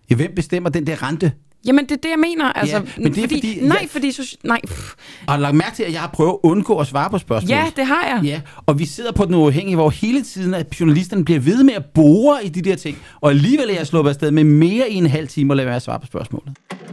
Ja, hvem bestemmer den der rente? Jamen, det er det, jeg mener. Altså, Ja, men det er fordi... Nej. Og lagt mærke til, at jeg har prøvet at undgå at svare på spørgsmål. Ja, det har jeg. Ja, og vi sidder på den uafhængige, hvor hele tiden, at journalisterne bliver ved med at bore i de der ting. Og alligevel er jeg sluppet afsted med mere end en halv time at lade være at svare på spørgsmålet.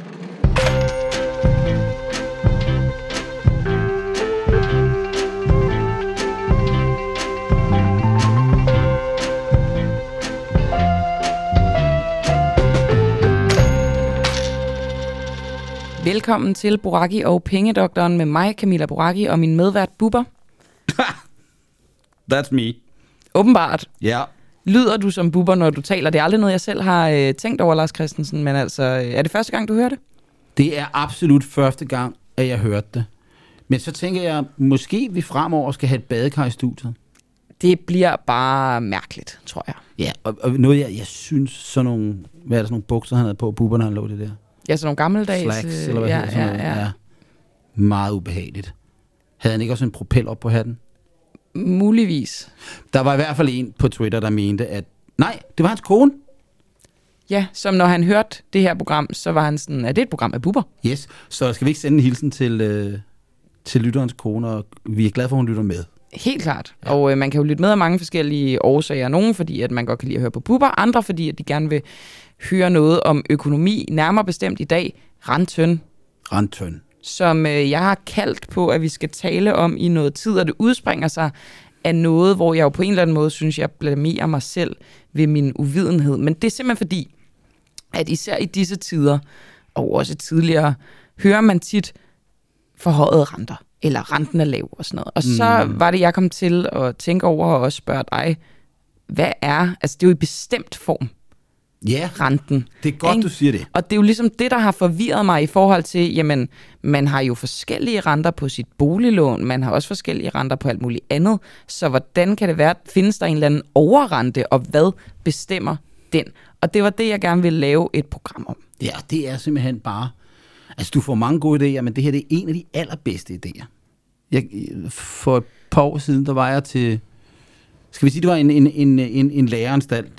Velkommen til Boracchi og Pengedoktoren med mig, Camilla Boracchi, og min medvært Bubber. That's me. Åbenbart. Ja. Yeah. Lyder du som Bubber, når du taler? Det er aldrig noget, jeg selv har tænkt over, Lars Christensen, men altså, er det første gang, du hører det? Det er absolut første gang, at jeg hørte det. Men så tænker jeg, måske vi fremover skal have et badekar i studiet. Det bliver bare mærkeligt, tror jeg. Ja, og noget jeg synes, sådan nogle, hvad er det, sådan nogle bukser, han havde på, Bubber, når han lå det der? Ja, sådan nogle gammeldags... Slacks, eller hvad hedder sådan noget. Ja. Meget ubehageligt. Havde han ikke også en propel op på hatten? Muligvis. Der var i hvert fald en på Twitter, der mente, at nej, det var hans kone. Ja, som når han hørte det her program, så var han sådan, er det et program af Bubber? Yes, så skal vi ikke sende en hilsen til lytterens kone, og vi er glade for, at hun lytter med. Helt klart. Ja. Og man kan jo lytte med af mange forskellige årsager. Nogle fordi, at man godt kan lide at høre på Bubber, andre fordi, at de gerne vil høre noget om økonomi, nærmere bestemt i dag, Rentøn. Som jeg har kaldt på, at vi skal tale om i noget tid, og det udspringer sig af noget, hvor jeg jo på en eller anden måde synes, jeg blamerer mig selv ved min uvidenhed. Men det er simpelthen fordi, at især i disse tider, og også tidligere, hører man tit forhøjede renter, eller renten er lav og sådan noget. Og så var det, jeg kom til at tænke over og også spørge dig, hvad er, altså det er jo i bestemt form, renten. Det er godt, du siger det. Og det er jo ligesom det, der har forvirret mig i forhold til, jamen, man har jo forskellige renter på sit boliglån, man har også forskellige renter på alt muligt andet, så hvordan kan det være, findes der en eller anden overrente, og hvad bestemmer den? Og det var det, jeg gerne ville lave et program om. Ja, det er simpelthen bare, altså du får mange gode idéer, men det her det er en af de allerbedste idéer. For et par år siden, der var jeg til... Skal vi sige, det var en læreranstalt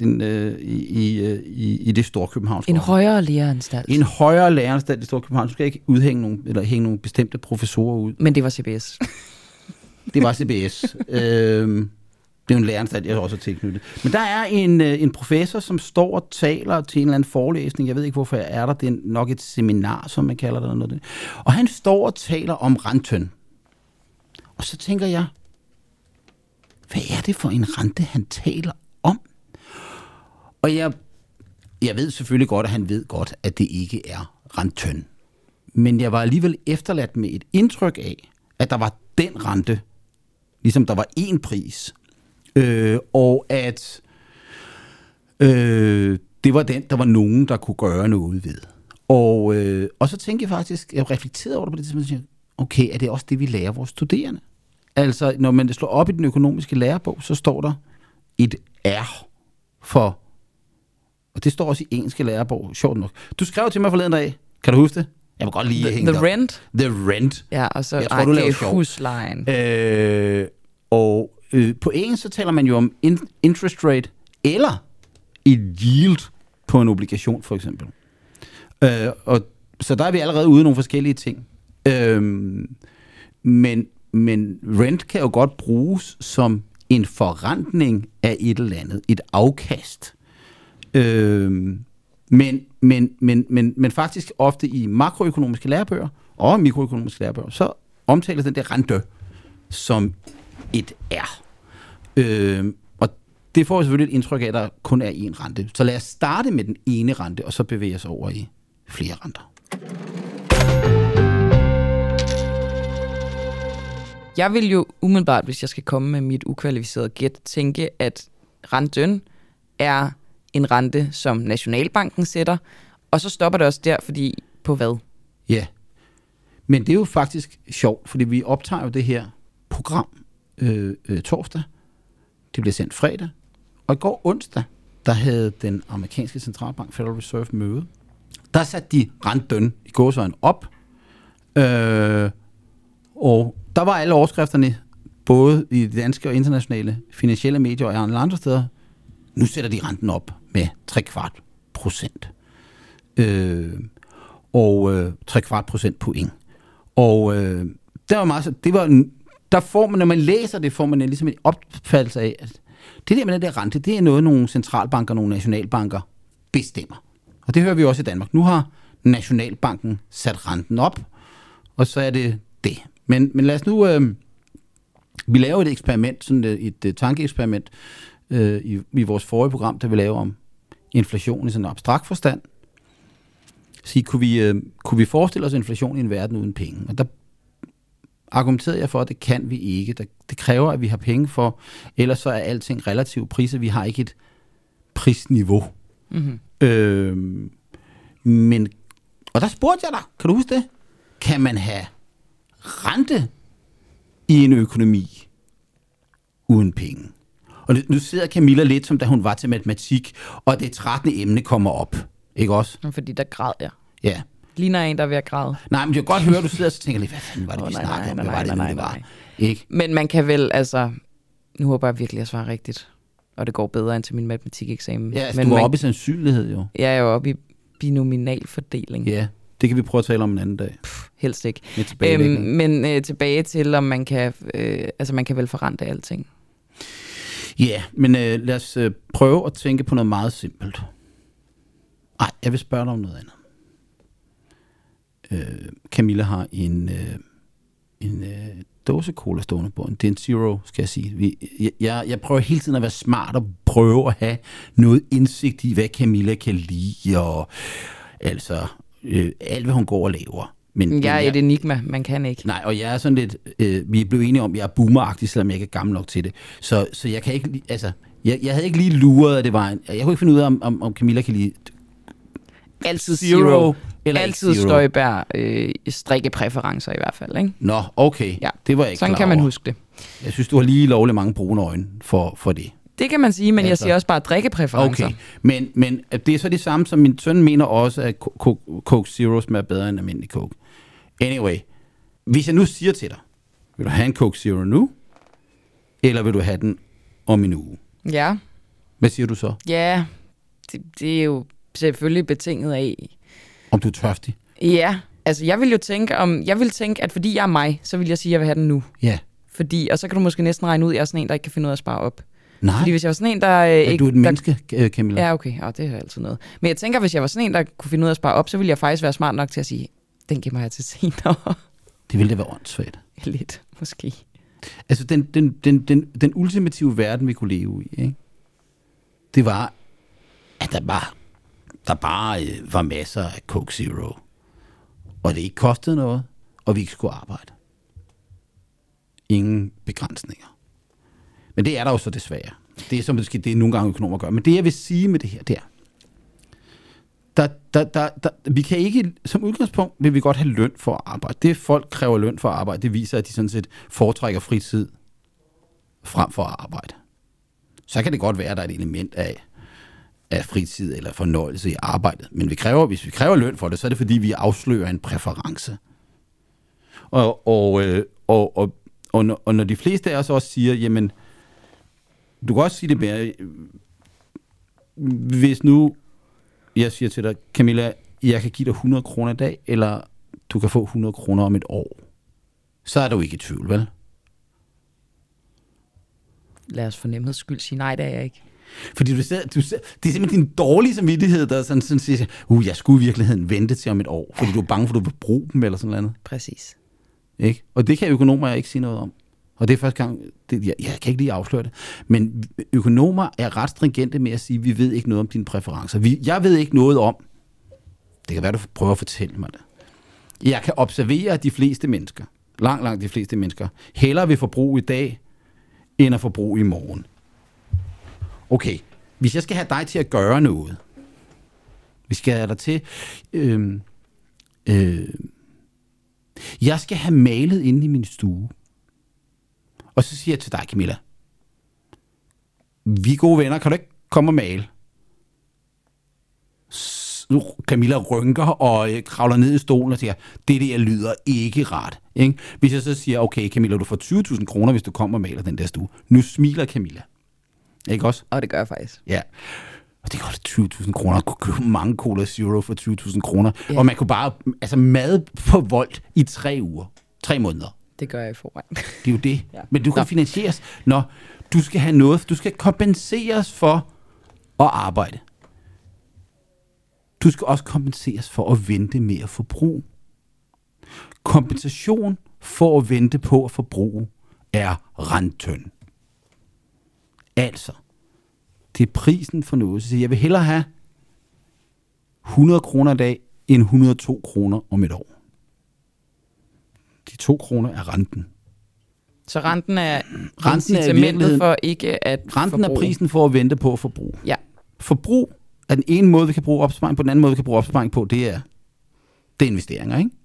i det Storkøbenhavnske. En højere læreranstalt. En højere læreranstalt i Storkøbenhavn. Du skal ikke hænge nogle bestemte professorer ud. Men det var CBS. Det var CBS. Det er en læreranstalt, jeg også har tilknyttet. Men der er en professor, som står og taler til en eller anden forelæsning. Jeg ved ikke, hvorfor jeg er der. Det er nok et seminar, som man kalder det. Eller noget. Og han står og taler om renten. Og så tænker jeg, hvad er det for en rente, han taler om? Og jeg ved selvfølgelig godt, at han ved godt, at det ikke er renten. Men jeg var alligevel efterladt med et indtryk af, at der var den rente, ligesom der var én pris, og at det var den, der var nogen, der kunne gøre noget ved. Og så tænkte jeg faktisk, jeg reflekterede over det på det tidspunkt, okay, er det også det, vi lærer vores studerende? Altså, når man slår op i den økonomiske lærebog, så står der et R for, og det står også i engelske lærebog, sjovt nok. Du skrev til mig forleden dag, kan du huske det? Jeg må godt lige hænge The Rent? The Rent. Ja, og så jeg tror, du laver sjov. Huslejen. På engelsk, så taler man jo om interest rate, eller et yield på en obligation, for eksempel. Så der er vi allerede ude i nogle forskellige ting. Men rent kan jo godt bruges som en forrentning af et eller andet, et afkast. Men faktisk ofte i makroøkonomiske lærebøger og mikroøkonomiske lærebøger, så omtales den der rente som et R. Og det får selvfølgelig et indtryk af, at der kun er én rente. Så lad os starte med den ene rente, og så bevæge os over i flere renter. Jeg vil jo umiddelbart, hvis jeg skal komme med mit ukvalificerede gæt, tænke, at renten er en rente, som Nationalbanken sætter, og så stopper det også der, fordi på hvad? Ja, men det er jo faktisk sjovt, fordi vi optager jo det her program torsdag. Det bliver sendt fredag. Og i går onsdag, der havde den amerikanske centralbank Federal Reserve møde. Der satte de renten i gåseøjne op, og der var alle overskrifterne, både i de danske og internationale finansielle medier og andre steder. Nu sætter de renten op med 0,75%. og 3/4 point. Og der var meget, der får man, når man læser det, får man ligesom en opfattelse af, at det der med den der rente, det er noget, nogle centralbanker, nogle nationalbanker bestemmer. Og det hører vi også i Danmark. Nu har Nationalbanken sat renten op, og så er det det. Men lad os nu... vi laver et eksperiment, sådan et tankeeksperiment i vores forrige program, der vi laver om inflation i sådan en abstrakt forstand. Så kunne vi forestille os inflation i en verden uden penge? Og der argumenterede jeg for, at det kan vi ikke. Det kræver, at vi har penge for, ellers så er alting relative priser. Vi har ikke et prisniveau. Mm-hmm. Og der spurgte jeg dig, kan du huske det? Kan man have rente i en økonomi uden penge? Og nu sidder Camilla lidt, som da hun var til matematik, og det 13. emne kommer op. Ikke også? Fordi der græd jeg. Ja. Ligner en, der er ved at græde. Nej, men jeg kan godt høre, at du sidder og tænker lidt, hvad fanden var det, vi snakkede om? Hvad var det, det var? Ikke? Men man kan vel, altså... Nu håber jeg virkelig, at jeg svarer rigtigt. Og det går bedre end til min matematikeksamen. Ja, altså, men du var oppe i sandsynlighed, jo. Ja, jeg er oppe i binominalfordeling. Ja, det kan vi prøve at tale om en anden dag. Helst ikke. Men tilbage til, om man kan... man kan vel forrente alting. Ja, men lad os prøve at tænke på noget meget simpelt. Nej, jeg vil spørge dig om noget andet. Camilla har en dåse cola stående på. Det er en Zero, skal jeg sige. Jeg prøver hele tiden at være smart og prøve at have noget indsigt i, hvad Camilla kan lide, og altså alt, hvad hun går og laver. Men jeg er et enigma, man kan ikke. Nej, og jeg er sådan lidt, vi er blevet enige om, at jeg er boomeragtig, selvom jeg ikke er gammel nok til det. Så jeg kan ikke, altså, jeg havde ikke lige luret, at det var jeg kunne ikke finde ud af, om Camilla kan lide altid Zero. Eller altid Støjberg strikkepræferencer i hvert fald, ikke? Nå, okay. Ja. Det var jeg ikke sådan klar kan man over. huske det. Jeg synes, du har lige lovligt mange brune øjne for det. Det kan man sige, men jeg siger også bare drikkepræferencer. Okay, men det er så det samme, som min søn mener også, at Coke Zero smager bedre end almindelig Coke. Anyway, hvis jeg nu siger til dig, vil du have en Coke Zero nu, eller vil du have den om en uge? Ja. Hvad siger du så? Ja, det er jo selvfølgelig betinget af... Om du er tørstig? Ja, altså jeg vil tænke, at fordi jeg er mig, så vil jeg sige, at jeg vil have den nu. Ja. Og så kan du måske næsten regne ud, at jeg er sådan en, der ikke kan finde ud af at spare op. Nej. Fordi hvis jeg var sådan en, der ikke... Du er et menneske, Camilla. Ja, okay. Det er altid noget. Men jeg tænker, hvis jeg var sådan en, der kunne finde ud af at spare op, så ville jeg faktisk være smart nok til at sige, den gemmer jeg til senere. Det ville da være åndssvagt. Lidt, måske. Altså, den ultimative verden, vi kunne leve i, ikke? Det var, at der bare var masser af Coke Zero. Og det ikke kostede noget, og vi ikke skulle arbejde. Ingen begrænsninger. Men det er der jo så desværre. Det er som det nogle gange økonomer gør. Men det jeg vil sige med det her, det er, vi kan ikke, som udgangspunkt vil vi godt have løn for at arbejde. Det folk kræver løn for at arbejde, det viser, at de sådan set foretrækker fritid frem for at arbejde. Så kan det godt være, at der er et element af fritid eller fornøjelse i arbejdet. Men hvis vi kræver løn for det, så er det fordi, vi afslører en præference. Og når de fleste af os også siger, jamen, du kan også sige det mere, hvis nu jeg siger til dig, Camilla, jeg kan give dig 100 kroner i dag, eller du kan få 100 kroner om et år, så er du ikke i tvivl, vel? Lad os for nemheds skyld sige nej, det er jeg ikke. Fordi det er simpelthen din dårlige samvittighed, der sådan siger, jeg skulle i virkeligheden vente til om et år, fordi du er bange for, at du vil bruge dem, eller sådan noget. Præcis. Ikke? Og det kan økonomer ikke sige noget om. Og det er første gang, jeg kan ikke lige afsløre det, men økonomer er ret stringente med at sige, vi ved ikke noget om dine præferencer. Jeg ved ikke noget om, det kan være, du prøver at fortælle mig det. Jeg kan observere, at de fleste mennesker, langt de fleste mennesker, hellere vil forbruge i dag, end at forbruge i morgen. Okay, hvis jeg skal have dig til at gøre noget, vi skal have dig til, jeg skal have malet inde i min stue. Og så siger jeg til dig, Camilla, vi er gode venner, kan du ikke komme og male? Nu Camilla rynker og kravler ned i stolen og siger, det der lyder ikke rart. Ikke? Hvis jeg så siger, okay Camilla, du får 20.000 kroner, hvis du kommer og maler den der stue. Nu smiler Camilla. Ikke også? Og det gør jeg faktisk. Ja. Og det koster 20.000 kroner. Man kunne købe mange Cola Zero for 20.000 kroner. Ja. Og man kunne bare mad på Volt i 3 uger. 3 måneder. Det gør jeg i forvejen. Det er jo det. Ja. Men du kan finansieres, når du skal have noget. Du skal kompenseres for at arbejde. Du skal også kompenseres for at vente med at forbruge. Kompensation for at vente på at forbruge er renten. Altså, det er prisen for noget. Så jeg vil hellere have 100 kroner i dag, end 102 kroner om et år. De 2 kroner er renten. Så renten er incitamentet for ikke at renten forbruge. Er prisen for at vente på at forbruge. Ja. Forbrug er den ene måde, vi kan bruge opsparing på. Den anden måde, vi kan bruge opsparing på, det er investeringer, ikke?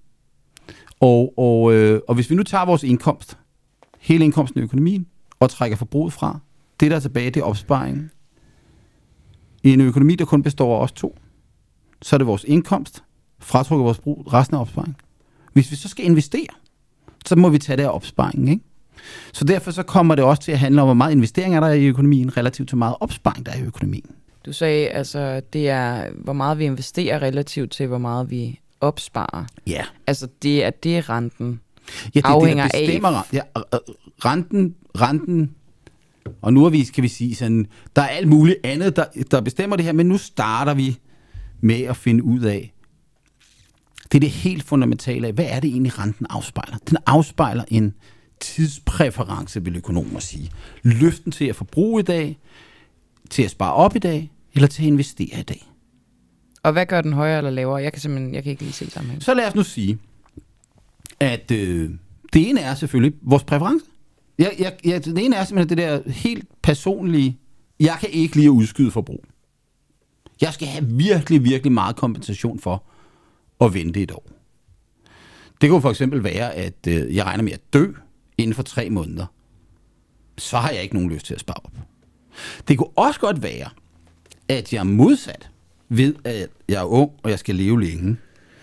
Og hvis vi nu tager vores indkomst, hele indkomsten i økonomien, og trækker forbruget fra, det der er tilbage, det er opsparingen. I en økonomi, der kun består af os 2, så er det vores indkomst, fratrykker vores brug, resten af opsparing. Hvis vi så skal investere, så må vi tage det af opsparingen, ikke? Så derfor så kommer det også til at handle om, hvor meget investeringer der er i økonomien, relativt til meget opsparing, der er i økonomien. Du sagde, altså, det er, hvor meget vi investerer relativt til, hvor meget vi opsparer. Ja. Altså, det er renten. Ja, det afhænger det, der bestemmer af. Ja, renten, og nu kan vi sige sådan, der er alt muligt andet, der bestemmer det her, men nu starter vi med at finde ud af, det er det helt fundamentale af, hvad er det egentlig, renten afspejler? Den afspejler en tidspræference, vil økonomer sige. Lysten til at forbruge i dag, til at spare op i dag, eller til at investere i dag. Og hvad gør den højere eller lavere? Jeg kan ikke lige se sammenhæng. Så lad os nu sige, at det ene er selvfølgelig vores præference. Det ene er simpelthen det der helt personlige, jeg kan ikke lide at udskyde forbrug. Jeg skal have virkelig, virkelig meget kompensation for at vente et år. Det kunne for eksempel være, at jeg regner med at dø inden for 3 måneder. Så har jeg ikke nogen lyst til at spare op. Det kunne også godt være, at jeg modsat ved, at jeg er ung, og jeg skal leve længe,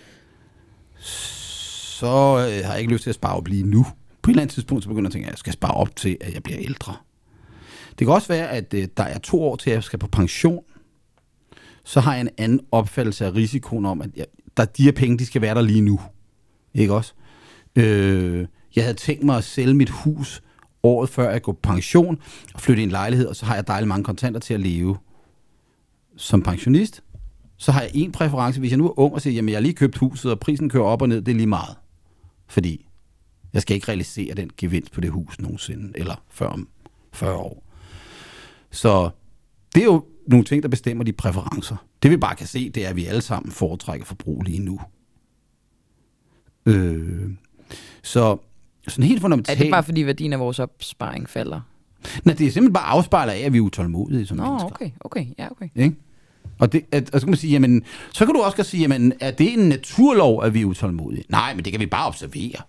så har jeg ikke lyst til at spare op lige nu. På et eller andet tidspunkt, så begynder jeg at tænke, at jeg skal spare op til, at jeg bliver ældre. Det kan også være, at der er 2 år til, at jeg skal på pension. Så har jeg en anden opfattelse af risikoen om, at de her penge, de skal være der lige nu. Ikke også? Jeg havde tænkt mig at sælge mit hus året før jeg går på pension, og flytte i en lejlighed, og så har jeg dejligt mange kontanter til at leve som pensionist. Så har jeg en præference, hvis jeg nu er ung og siger, jamen jeg har lige købt huset, og prisen kører op og ned, det er lige meget. Fordi jeg skal ikke realisere den gevinst på det hus nogensinde, eller før om 40 år. Så det er jo nogle ting, der bestemmer de præferencer. Det vi bare kan se, det er, at vi alle sammen foretrækker forbrug lige nu. Så sådan helt fundamentalt... Er det bare fordi værdien af vores opsparing falder? Nej, det er simpelthen bare afspejler af, at vi er utålmodige som mennesker. Okay. Ikke? Og det, så kan man sige, jamen, så kan du også sige, jamen, er det en naturlov, at vi er utålmodige? Nej, men det kan vi bare observere.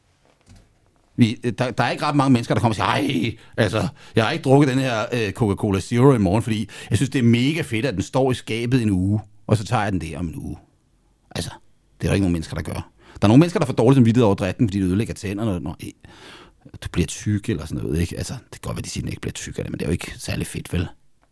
Der er ikke ret mange mennesker, der kommer og siger, altså, jeg har ikke drukket den her Coca-Cola Zero i morgen, fordi jeg synes, det er mega fedt, at den står i skabet en uge, og så tager jeg den der om en uge. Altså, det er der ikke nogen mennesker, der gør. Der er nogle mennesker, der får dårligt samvittighed over drikken, fordi de ødelægger tænderne, når du bliver tyk eller sådan noget, ikke? Altså, det kan godt være, de siger, at den ikke bliver tyk af det, men det er jo ikke særlig fedt, vel?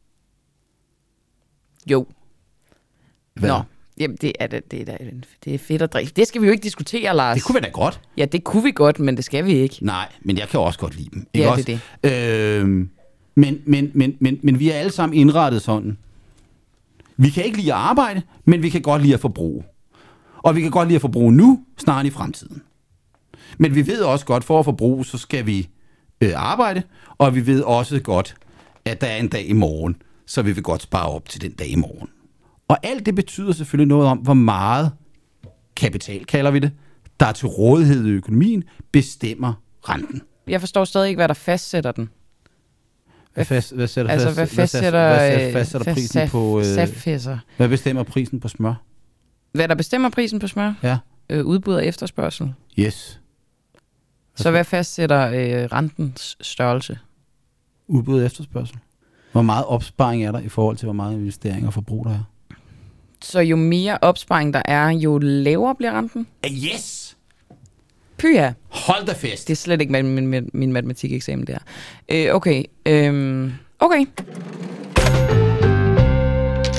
Jo. Hvad? Nå, jamen det er fedt at drikke. Det skal vi jo ikke diskutere, Lars. Det kunne vi da godt. Ja, det kunne vi godt, men det skal vi ikke. Nej, men jeg kan også godt lide dem. Ikke ja, det er det. Men vi er alle sammen indrettet sådan. Vi kan ikke lide at arbejde, men vi kan godt lide at forbruge. Og vi kan godt lide at forbruge nu, snarere i fremtiden. Men vi ved også godt, for at forbruge, så skal vi arbejde, og vi ved også godt, at der er en dag i morgen, så vi vil godt spare op til den dag i morgen. Og alt det betyder selvfølgelig noget om, hvor meget kapital, kalder vi det, der er til rådighed i økonomien, bestemmer renten. Jeg forstår stadig ikke, hvad der fastsætter den. Hvad fastsætter prisen på... Hvad bestemmer prisen på smør? Hvad der bestemmer prisen på smør? Ja. Udbud og efterspørgsel. Yes. Så hvad fastsætter rentens størrelse? Udbud og efterspørgsel. Hvor meget opsparing er der i forhold til, hvor meget investering og forbrug der er? Så jo mere opsparing der er, jo lavere bliver renten? Yes! Pyha. Hold da fest. Det er slet ikke min matematikeksamen der. Okay.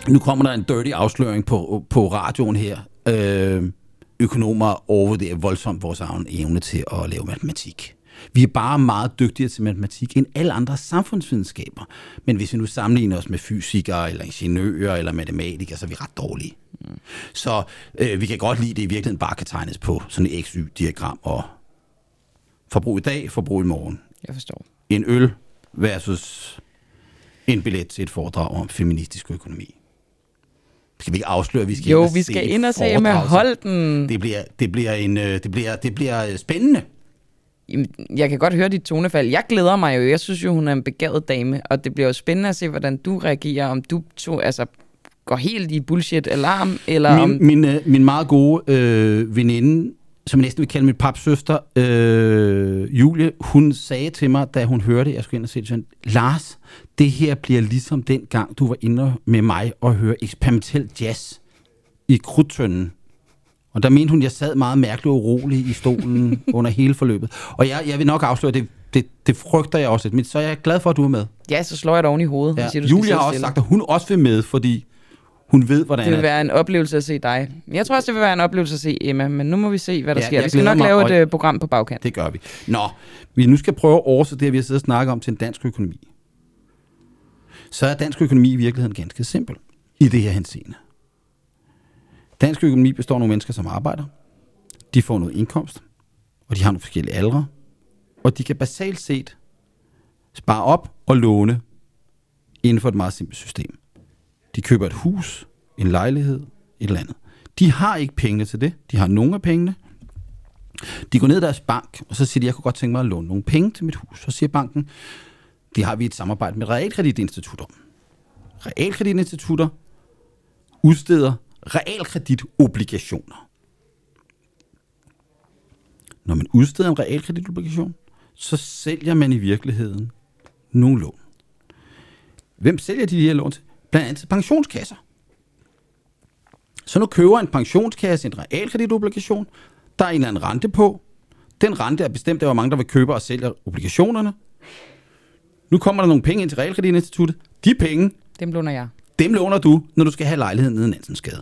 Nu kommer der en dirty afsløring på radioen her. Økonomer overvurderer voldsomt vores egen evne til at lave matematik. Vi er bare meget dygtigere til matematik end alle andre samfundsvidenskaber. Men hvis vi nu sammenligner os med fysikere, eller ingeniører, eller matematikere, så er vi ret dårlige. Så vi kan godt lide, at det i virkeligheden bare kan tegnes på sådan et XY-diagram og forbrug i dag, forbrug i morgen. Jeg forstår. En øl versus en billet til et foredrag om feministisk økonomi. Skal vi ikke afsløre, at vi skal vi skal ind og se med Holten. Det bliver spændende. Jeg kan godt høre dit tonefald. Jeg glæder mig jo. Jeg synes jo, hun er en begavet dame, og det bliver jo spændende at se, hvordan du reagerer, om du går helt i bullshit-alarm, eller min meget gode veninde, som jeg næsten vil kalde min papsøster, Julie, hun sagde til mig, da hun hørte, jeg skulle ind og se det sådan, Lars, det her bliver ligesom den gang, du var inde med mig og høre eksperimentel jazz i Krudtønden. Og der mente hun, jeg sad meget mærkeligt og urolig i stolen under hele forløbet. Og jeg vil nok afsløre, det frygter jeg også lidt, men så er jeg glad for, at du er med. Ja, så slår jeg dig oven i hovedet. Ja. Julia har også sagt, at hun også vil med, fordi hun ved, hvordan det vil være en oplevelse at se dig. Jeg tror også, det vil være en oplevelse at se Emma, men nu må vi se, hvad der sker. Vi skal nok lave et program på bagkant. Det gør vi. Nå, vi nu skal prøve at oversætte det, vi har siddet og snakket om, til en dansk økonomi. Så er dansk økonomi i virkeligheden ganske simpel i det her henseende. Dansk økonomi består af nogle mennesker, som arbejder. De får noget indkomst, og de har nogle forskellige aldre, og de kan basalt set spare op og låne inden for et meget simpelt system. De køber et hus, en lejlighed, et eller andet. De har ikke pengene til det. De har nogle af pengene. De går ned i deres bank, og så siger de, jeg kunne godt tænke mig at låne nogle penge til mit hus. Så siger banken, det har vi et samarbejde med realkreditinstitutter. Realkreditinstitutter udsteder realkreditobligationer. Når man udsteder en realkreditobligation, så sælger man i virkeligheden nogle lån. Hvem sælger de her lån til? Blandt andet til pensionskasser. Så nu køber en pensionskasse en realkreditobligation. Der er en eller anden rente på. Den rente er bestemt af, hvor mange der vil købe og sælge obligationerne. Nu kommer der nogle penge ind til realkreditinstituttet. De penge, dem låner jeg. Dem låner du, når du skal have lejligheden nede i Nansensgade.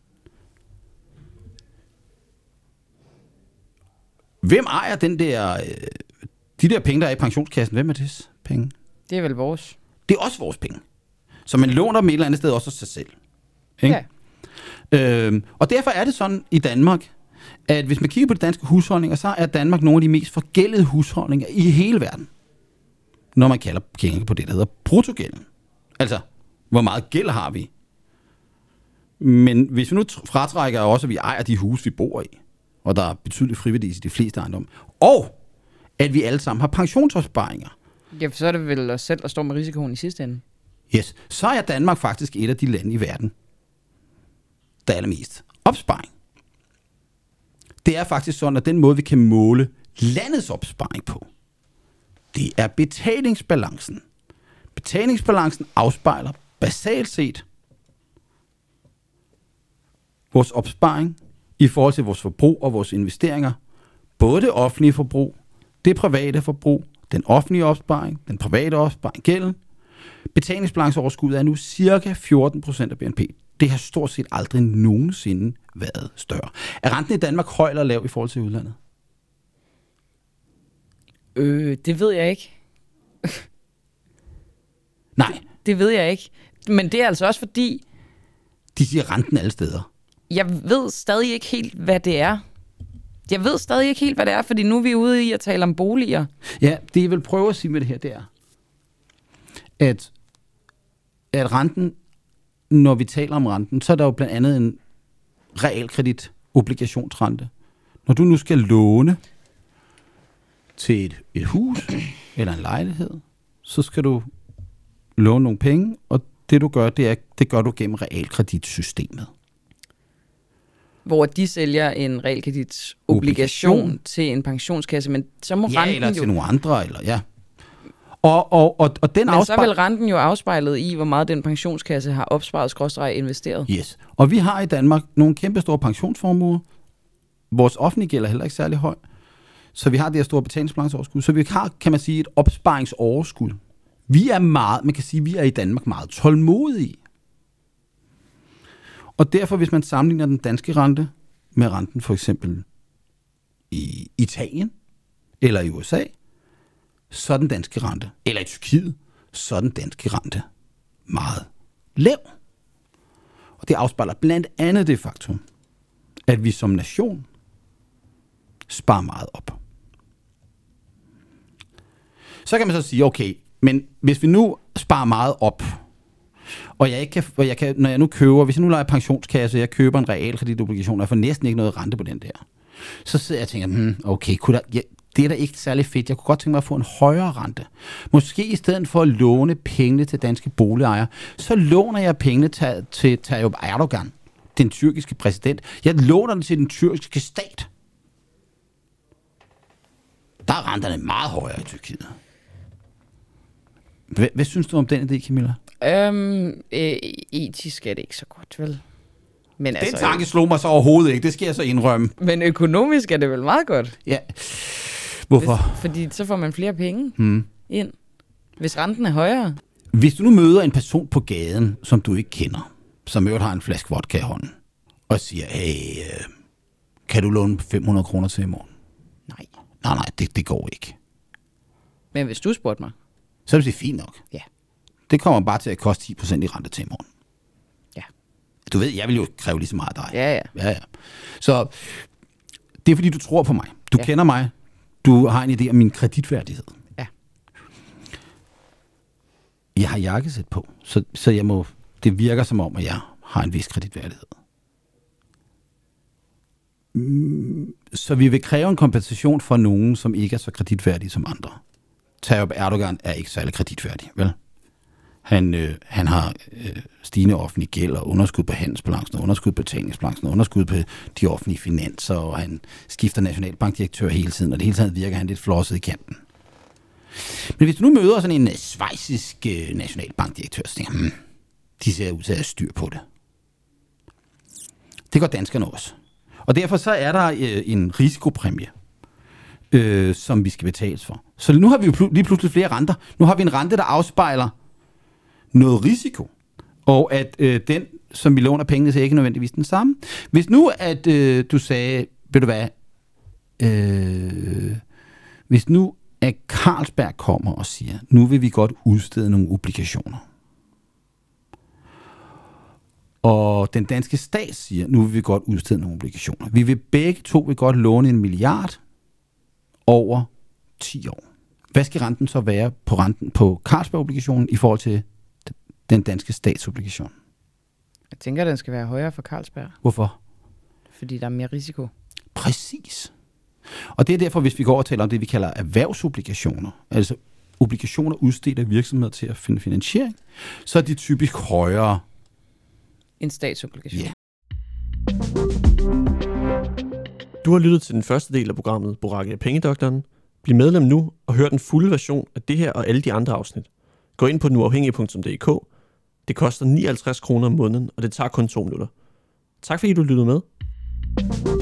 Hvem ejer de der penge, der er i pensionskassen? Hvem er det penge? Det er vel vores. Det er også vores penge. Så man låner dem et eller andet sted også sig selv. Ikke? Ja. Og derfor er det sådan i Danmark, at hvis man kigger på de danske husholdninger, så er Danmark nogle af de mest forgældede husholdninger i hele verden. Når man kigger på det, der hedder bruttogælden. Altså, hvor meget gæld har vi? Men hvis vi nu fratrækker også, at vi ejer de huse, vi bor i, og der er betydeligt friværdi i de fleste ejendomme, og at vi alle sammen har pensionsopsparinger. Ja, for så er det vel os selv, der står med risikoen i sidste ende. Yes, så er Danmark faktisk et af de lande i verden, der er allermest opsparing. Det er faktisk sådan, at den måde, vi kan måle landets opsparing på, det er betalingsbalancen. Betalingsbalancen afspejler basalt set vores opsparing i forhold til vores forbrug og vores investeringer. Både det offentlige forbrug, det private forbrug, den offentlige opsparing, den private opsparing, gælden. Betalingsbalanceoverskuddet er nu cirka 14% af BNP. Det har stort set aldrig nogensinde været større. Er renten i Danmark høj eller lav i forhold til udlandet? Det ved jeg ikke. Nej. Det ved jeg ikke. Men det er altså også fordi... De siger renten alle steder. Jeg ved stadig ikke helt, hvad det er. Fordi nu er vi ude i at tale om boliger. Ja, det jeg vil prøve at sige med det her, det er, at renten, når vi taler om renten, så er der jo blandt andet en realkreditobligationsrente. Når du nu skal låne til et hus eller en lejlighed, så skal du låne nogle penge, og det du gør, det gør du gennem realkreditsystemet. Hvor de sælger en realkreditobligation til en pensionskasse, men så må renten eller jo... til nogle andre, eller ja. Og den men så er vel renten jo afspejlet i, hvor meget den pensionskasse har opsparet / investeret. Yes. Og vi har i Danmark nogle kæmpe store pensionsformuer. Vores offentlige gæld er heller ikke særlig høj. Så vi har det her store betalingsbalanceoverskud. Så vi har, kan man sige, et opsparingsoverskud. Vi er i Danmark meget tålmodige. Og derfor, hvis man sammenligner den danske rente med renten for eksempel i Italien eller i USA, så er den danske rente, eller i Tyrkiet, så er den danske rente meget lav. Og det afspejler blandt andet det faktum, at vi som nation sparer meget op. Så kan man så sige, okay, men hvis vi nu sparer meget op, og jeg kan, når jeg nu køber, hvis jeg nu leger pensionskasse, og jeg køber en realkreditobligation, og jeg får næsten ikke noget rente på den der, så sidder jeg og tænker, okay, det er da ikke særlig fedt. Jeg kunne godt tænke mig at få en højere rente. Måske i stedet for at låne pengene til danske boligejere, så låner jeg pengene til Tayyip Erdogan, den tyrkiske præsident. Jeg låner den til den tyrkiske stat. Der er renterne meget højere i Tyrkiet. Hvad synes du om den idé, Camilla? Etisk er det ikke så godt, vel? Men den tanke slog mig så overhovedet ikke, det skal jeg så indrømme. Men økonomisk er det vel meget godt? Ja. Hvorfor? Fordi så får man flere penge ind, hvis renten er højere. Hvis du nu møder en person på gaden, som du ikke kender, som har en flaske vodka i hånden, og siger, hey, kan du låne 500 kroner til i morgen? Nej, det går ikke. Men hvis du spurgte mig, så er det fint nok. Ja. Det kommer bare til at koste 10% i rente til i morgen. Ja. Du ved, jeg vil jo kræve lige så meget af dig. Ja. Så det er fordi, du tror på mig. Du kender mig. Du har en idé om min kreditværdighed. Ja. Jeg har jakkesæt på, så det virker som om, at jeg har en vis kreditværdighed. Så vi vil kræve en kompensation for nogen, som ikke er så kreditværdige som andre. Tayyip Erdogan er ikke særlig kreditværdig, vel? Han har stigende offentlig gæld og underskud på handelsbalancen, underskud på betalingsbalancen, underskud på de offentlige finanser, og han skifter nationalbankdirektør hele tiden, og det hele taget virker han lidt flosset i kanten. Men hvis du nu møder sådan en schweizisk nationalbankdirektør, så tænker jeg, de ser ud til at have styr på det. Det gør danskerne også. Og derfor så er der en risikopræmie, som vi skal betales for. Så nu har vi jo lige pludselig flere renter. Nu har vi en rente, der afspejler noget risiko, og at den, som vi låner pengene til, ikke er nødvendigvis den samme. Hvis nu, at du sagde, ved du hvad, hvis nu, at Carlsberg kommer og siger, nu vil vi godt udstede nogle obligationer, og den danske stat siger, nu vil vi godt udstede nogle obligationer. Vi vil begge to vil godt låne 1 milliard over 10 år. Hvad skal renten så være på renten på Carlsberg-obligationen i forhold til den danske statsobligation? Jeg tænker, at den skal være højere for Carlsberg. Hvorfor? Fordi der er mere risiko. Præcis. Og det er derfor, hvis vi går og taler om det, vi kalder erhvervsobligationer, altså obligationer udstedt af virksomheder til at finde finansiering, så er de typisk højere en statsobligation. Ja. Du har lyttet til den første del af programmet Boracke af Pengedoktoren. Bliv medlem nu og hør den fulde version af det her og alle de andre afsnit. Gå ind på nuafhængige.dk. Det koster 59 kroner om måneden, og det tager kun 2 minutter. Tak fordi du lyttede med.